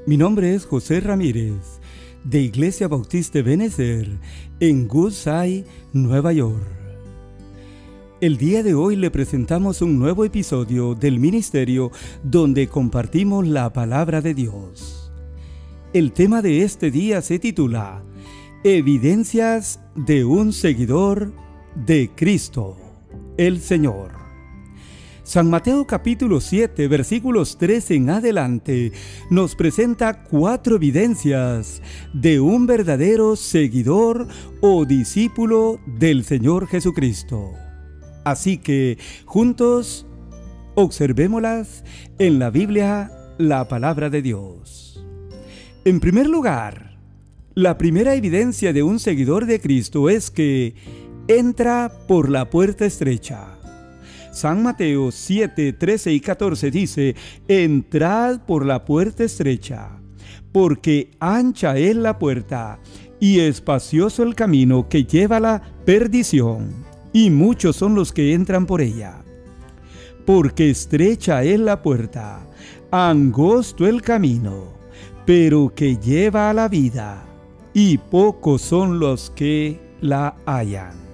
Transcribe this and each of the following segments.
Mi nombre es José Ramírez, de Iglesia Bautista Ebenezer, en Woodside, Nueva York. El día de hoy le presentamos un nuevo episodio del ministerio donde compartimos la palabra de Dios. El tema de este día se titula Evidencias de un seguidor de Cristo, el Señor. San Mateo capítulo 7, versículos 3 en adelante, nos presenta 4 evidencias de un verdadero seguidor o discípulo del Señor Jesucristo. Así que, juntos, observémoslas en la Biblia, la palabra de Dios. En primer lugar, la primera evidencia de un seguidor de Cristo es que entra por la puerta estrecha. San Mateo 7, 13 y 14 dice: entrad por la puerta estrecha, porque ancha es la puerta y espacioso el camino que lleva a la perdición, y muchos son los que entran por ella. Porque estrecha es la puerta, angosto el camino, pero que lleva a la vida, y pocos son los que la hallan.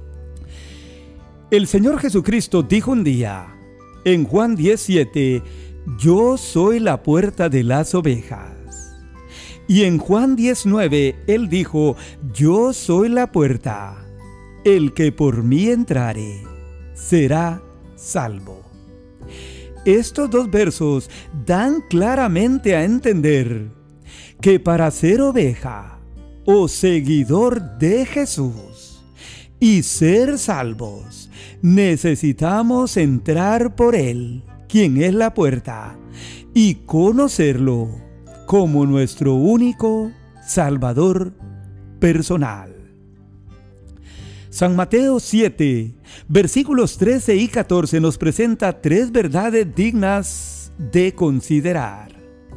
El Señor Jesucristo dijo un día, en Juan 17, yo soy la puerta de las ovejas. Y en Juan 19, Él dijo, yo soy la puerta, el que por mí entrare, será salvo. Estos 2 versos dan claramente a entender que para ser oveja o seguidor de Jesús y ser salvos, necesitamos entrar por Él, quien es la puerta, y conocerlo como nuestro único Salvador personal. San Mateo 7, versículos 13 y 14 nos presenta 3 verdades dignas de considerar.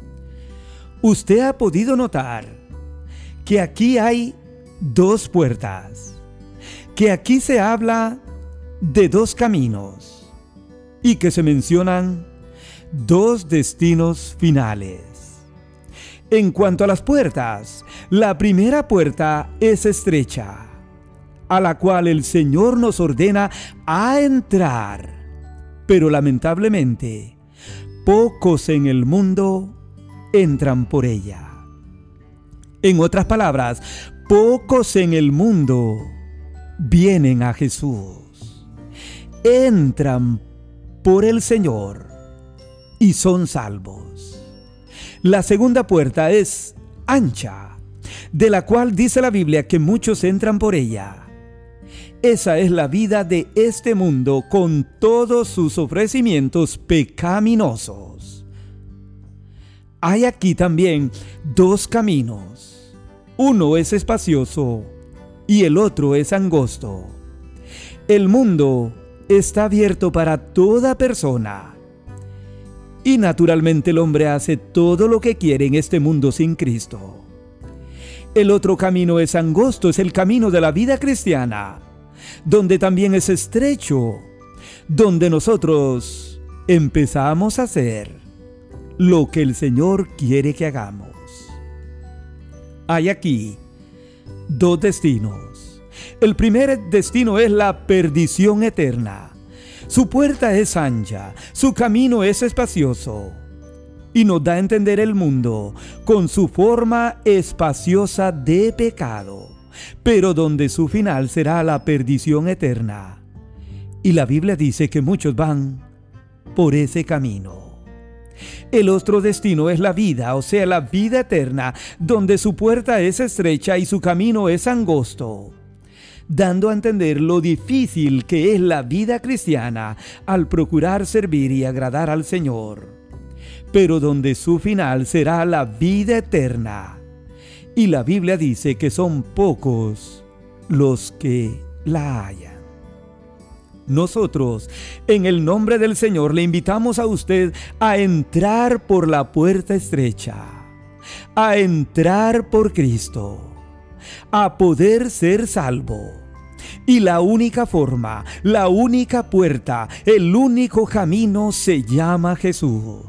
Usted ha podido notar que aquí hay 2 puertas, que aquí se habla de 2 caminos y que se mencionan 2 destinos finales. En cuanto a las puertas, la primera puerta es estrecha, a la cual el Señor nos ordena a entrar, pero lamentablemente pocos en el mundo entran por ella. En otras palabras, pocos en el mundo vienen a Jesús. Entran por el Señor y son salvos. La segunda puerta es ancha, de la cual dice la Biblia que muchos entran por ella. Esa es la vida de este mundo con todos sus ofrecimientos pecaminosos. Hay aquí también 2 caminos. Uno es espacioso y el otro es angosto. El mundo está abierto para toda persona. Y naturalmente el hombre hace todo lo que quiere en este mundo sin Cristo. El otro camino es angosto, es el camino de la vida cristiana, donde también es estrecho, donde nosotros empezamos a hacer lo que el Señor quiere que hagamos. Hay aquí 2 destinos. El primer destino es la perdición eterna. Su puerta es ancha, su camino es espacioso. Y nos da a entender el mundo con su forma espaciosa de pecado, pero donde su final será la perdición eterna. Y la Biblia dice que muchos van por ese camino. El otro destino es la vida, o sea, la vida eterna, donde su puerta es estrecha y su camino es angosto, dando a entender lo difícil que es la vida cristiana al procurar servir y agradar al Señor, pero donde su final será la vida eterna. Y la Biblia dice que son pocos los que la hallan. Nosotros, en el nombre del Señor, le invitamos a usted a entrar por la puerta estrecha, a entrar por Cristo, a poder ser salvo. Y la única forma, la única puerta, el único camino se llama Jesús.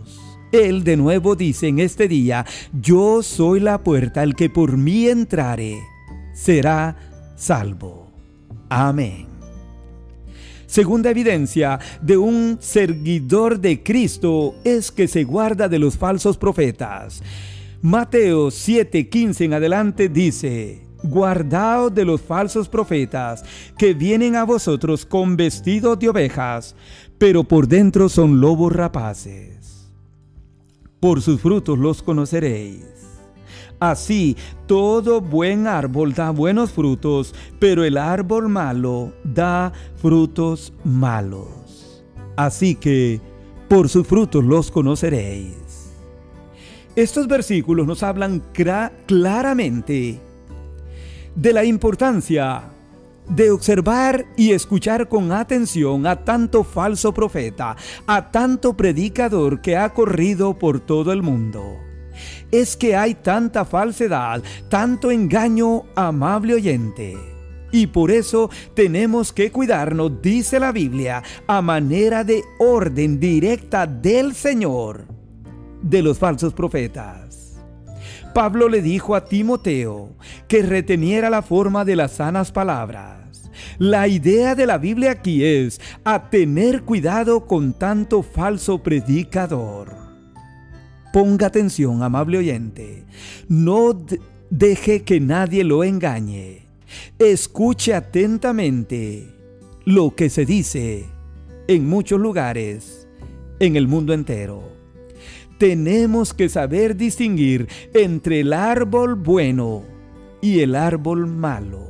Él de nuevo dice en este día: yo soy la puerta, el que por mí entrare será salvo. Amén. Segunda evidencia de un seguidor de Cristo es que se guarda de los falsos profetas. Mateo 7:15 en adelante dice: guardaos de los falsos profetas que vienen a vosotros con vestidos de ovejas, pero por dentro son lobos rapaces. Por sus frutos los conoceréis. Así, todo buen árbol da buenos frutos, pero el árbol malo da frutos malos. Así que, por sus frutos los conoceréis. Estos versículos nos hablan claramente de la importancia de observar y escuchar con atención a tanto falso profeta, a tanto predicador que ha corrido por todo el mundo. Es que hay tanta falsedad, tanto engaño, amable oyente. Y por eso tenemos que cuidarnos, dice la Biblia, a manera de orden directa del Señor, de los falsos profetas. Pablo le dijo a Timoteo que reteniera la forma de las sanas palabras. La idea de la Biblia aquí es a tener cuidado con tanto falso predicador. Ponga atención, amable oyente. No deje que nadie lo engañe. Escuche atentamente lo que se dice en muchos lugares en el mundo entero. Tenemos que saber distinguir entre el árbol bueno y el árbol malo.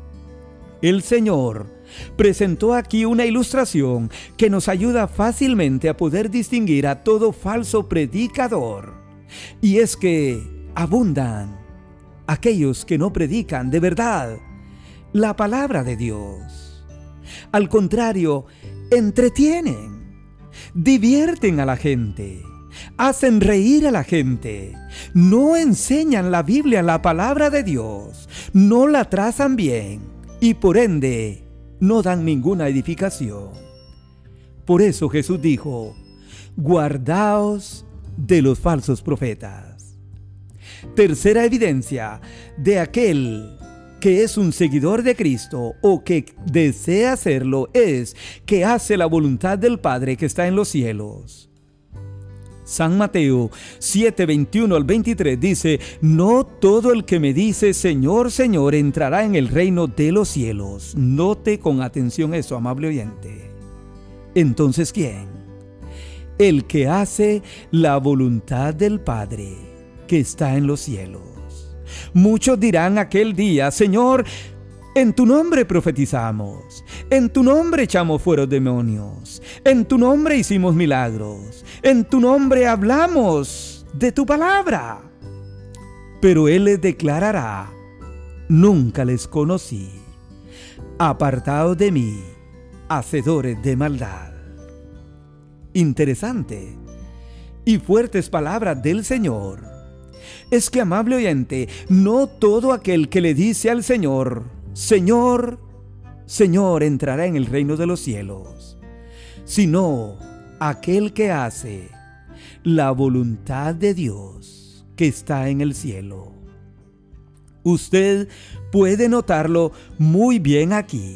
El Señor presentó aquí una ilustración que nos ayuda fácilmente a poder distinguir a todo falso predicador. Y es que abundan aquellos que no predican de verdad la palabra de Dios. Al contrario, entretienen, divierten a la gente, hacen reír a la gente, no enseñan la Biblia, la palabra de Dios, no la trazan bien y por ende no dan ninguna edificación. Por eso Jesús dijo: guardaos de los falsos profetas. Tercera evidencia de aquel que es un seguidor de Cristo o que desea hacerlo es que hace la voluntad del Padre que está en los cielos. San Mateo 7:21 al 23 dice: no todo el que me dice Señor, Señor entrará en el reino de los cielos. Note con atención eso, amable oyente. Entonces, ¿quién? El que hace la voluntad del Padre que está en los cielos. Muchos dirán aquel día: Señor, en tu nombre profetizamos, en tu nombre echamos fuera demonios, en tu nombre hicimos milagros, en tu nombre hablamos de tu palabra. Pero Él les declarará: nunca les conocí, apartados de mí, hacedores de maldad. Interesante y fuertes palabras del Señor. Es que, amable oyente, no todo aquel que le dice al Señor: Señor, Señor, entrará en el reino de los cielos, sino aquel que hace la voluntad de Dios que está en el cielo. Usted puede notarlo muy bien aquí.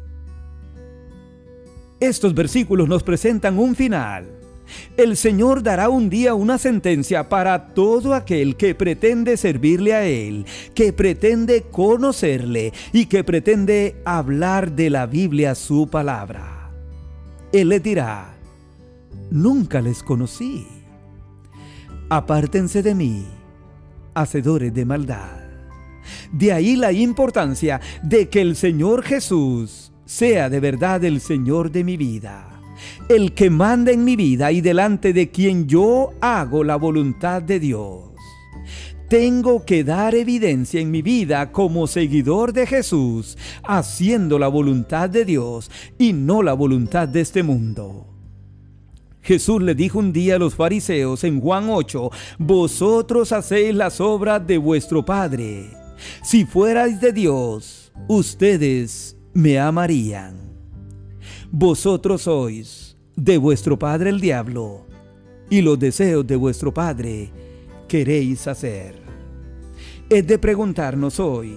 Estos versículos nos presentan un final. El Señor dará un día una sentencia para todo aquel que pretende servirle a Él, que pretende conocerle y que pretende hablar de la Biblia, su palabra. Él les dirá: nunca les conocí. Apártense de mí, hacedores de maldad. De ahí la importancia de que el Señor Jesús sea de verdad el Señor de mi vida, el que manda en mi vida y delante de quien yo hago la voluntad de Dios. Tengo que dar evidencia en mi vida como seguidor de Jesús, haciendo la voluntad de Dios y no la voluntad de este mundo. Jesús le dijo un día a los fariseos en Juan 8: vosotros hacéis las obras de vuestro padre. Si fuerais de Dios, ustedes me amarían. Vosotros sois de vuestro padre el diablo, y los deseos de vuestro Padre queréis hacer. Es de preguntarnos hoy,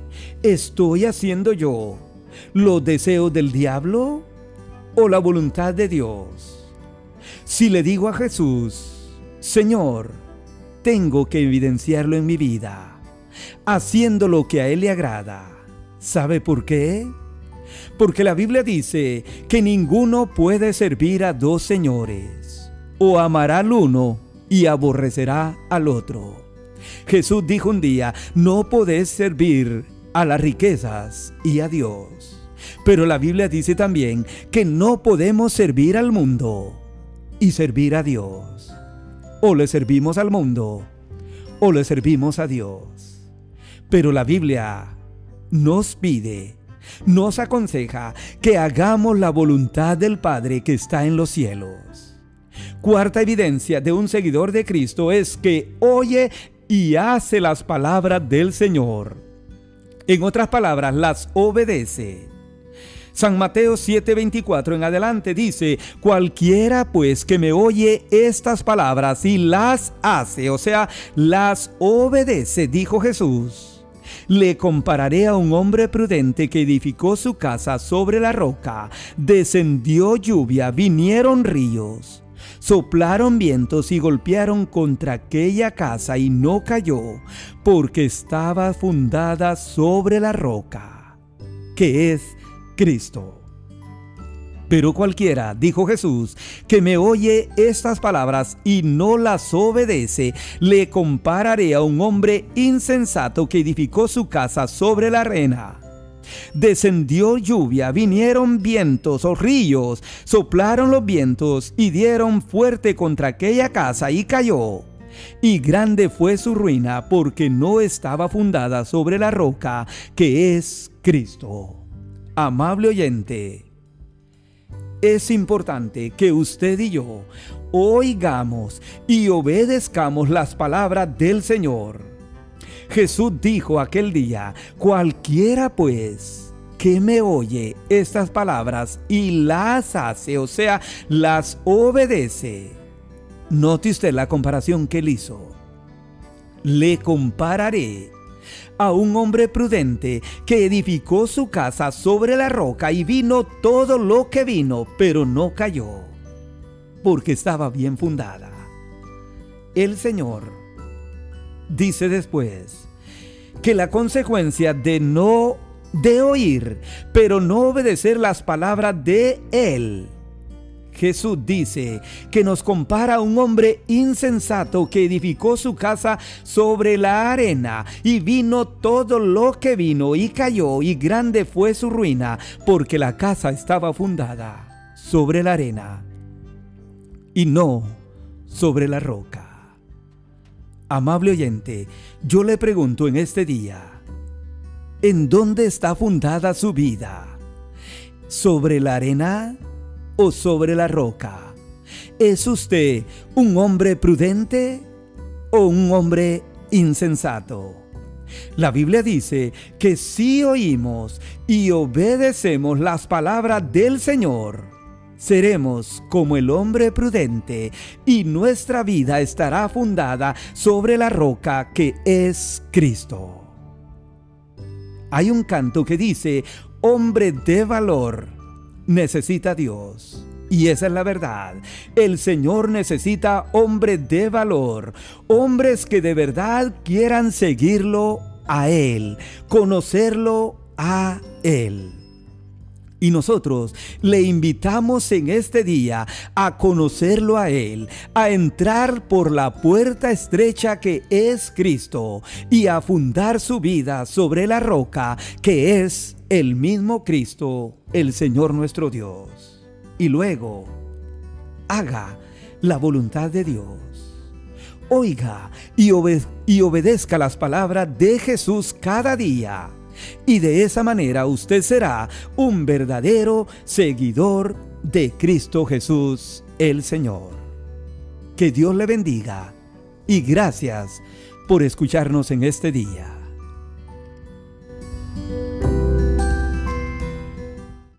¿estoy haciendo yo los deseos del diablo o la voluntad de Dios? Si le digo a Jesús, Señor, tengo que evidenciarlo en mi vida, haciendo lo que a Él le agrada. ¿Sabe por qué? Porque la Biblia dice que ninguno puede servir a dos señores. O amará al uno y aborrecerá al otro. Jesús dijo un día, no podés servir a las riquezas y a Dios. Pero la Biblia dice también que no podemos servir al mundo y servir a Dios. O le servimos al mundo o le servimos a Dios. Pero la Biblia nos pide, nos aconseja que hagamos la voluntad del Padre que está en los cielos. Cuarta evidencia de un seguidor de Cristo es que oye y hace las palabras del Señor. En otras palabras, las obedece. San Mateo 7:24 en adelante dice, cualquiera pues que me oye estas palabras y las hace, o sea, las obedece, dijo Jesús, le compararé a un hombre prudente que edificó su casa sobre la roca. Descendió lluvia, vinieron ríos, soplaron vientos y golpearon contra aquella casa y no cayó, porque estaba fundada sobre la roca, que es Cristo. Pero cualquiera, dijo Jesús, que me oye estas palabras y no las obedece, le compararé a un hombre insensato que edificó su casa sobre la arena. Descendió lluvia, vinieron vientos o ríos, soplaron los vientos y dieron fuerte contra aquella casa y cayó. Y grande fue su ruina, porque no estaba fundada sobre la roca, que es Cristo. Amable oyente, es importante que usted y yo oigamos y obedezcamos las palabras del Señor. Jesús dijo aquel día, cualquiera pues que me oye estas palabras y las hace, o sea, las obedece. Note usted la comparación que él hizo. Le compararé a un hombre prudente que edificó su casa sobre la roca y vino todo lo que vino, pero no cayó, porque estaba bien fundada. El Señor dice después que la consecuencia de oír, pero no obedecer las palabras de Él. Jesús dice que nos compara a un hombre insensato que edificó su casa sobre la arena y vino todo lo que vino y cayó y grande fue su ruina, porque la casa estaba fundada sobre la arena y no sobre la roca. Amable oyente, yo le pregunto en este día, ¿en dónde está fundada su vida? ¿Sobre la arena o sobre la roca? ¿Es usted un hombre prudente o un hombre insensato? La Biblia dice que si oímos y obedecemos las palabras del Señor, seremos como el hombre prudente y nuestra vida estará fundada sobre la roca que es Cristo. Hay un canto que dice, hombre de valor necesita a Dios. Y esa es la verdad. El Señor necesita hombres de valor, hombres que de verdad quieran seguirlo a Él, conocerlo a Él. Y nosotros le invitamos en este día a conocerlo a Él, a entrar por la puerta estrecha que es Cristo y a fundar su vida sobre la roca que es el mismo Cristo, el Señor nuestro Dios. Y luego, haga la voluntad de Dios. Oiga y obedezca las palabras de Jesús cada día. Y de esa manera usted será un verdadero seguidor de Cristo Jesús, el Señor. Que Dios le bendiga y gracias por escucharnos en este día.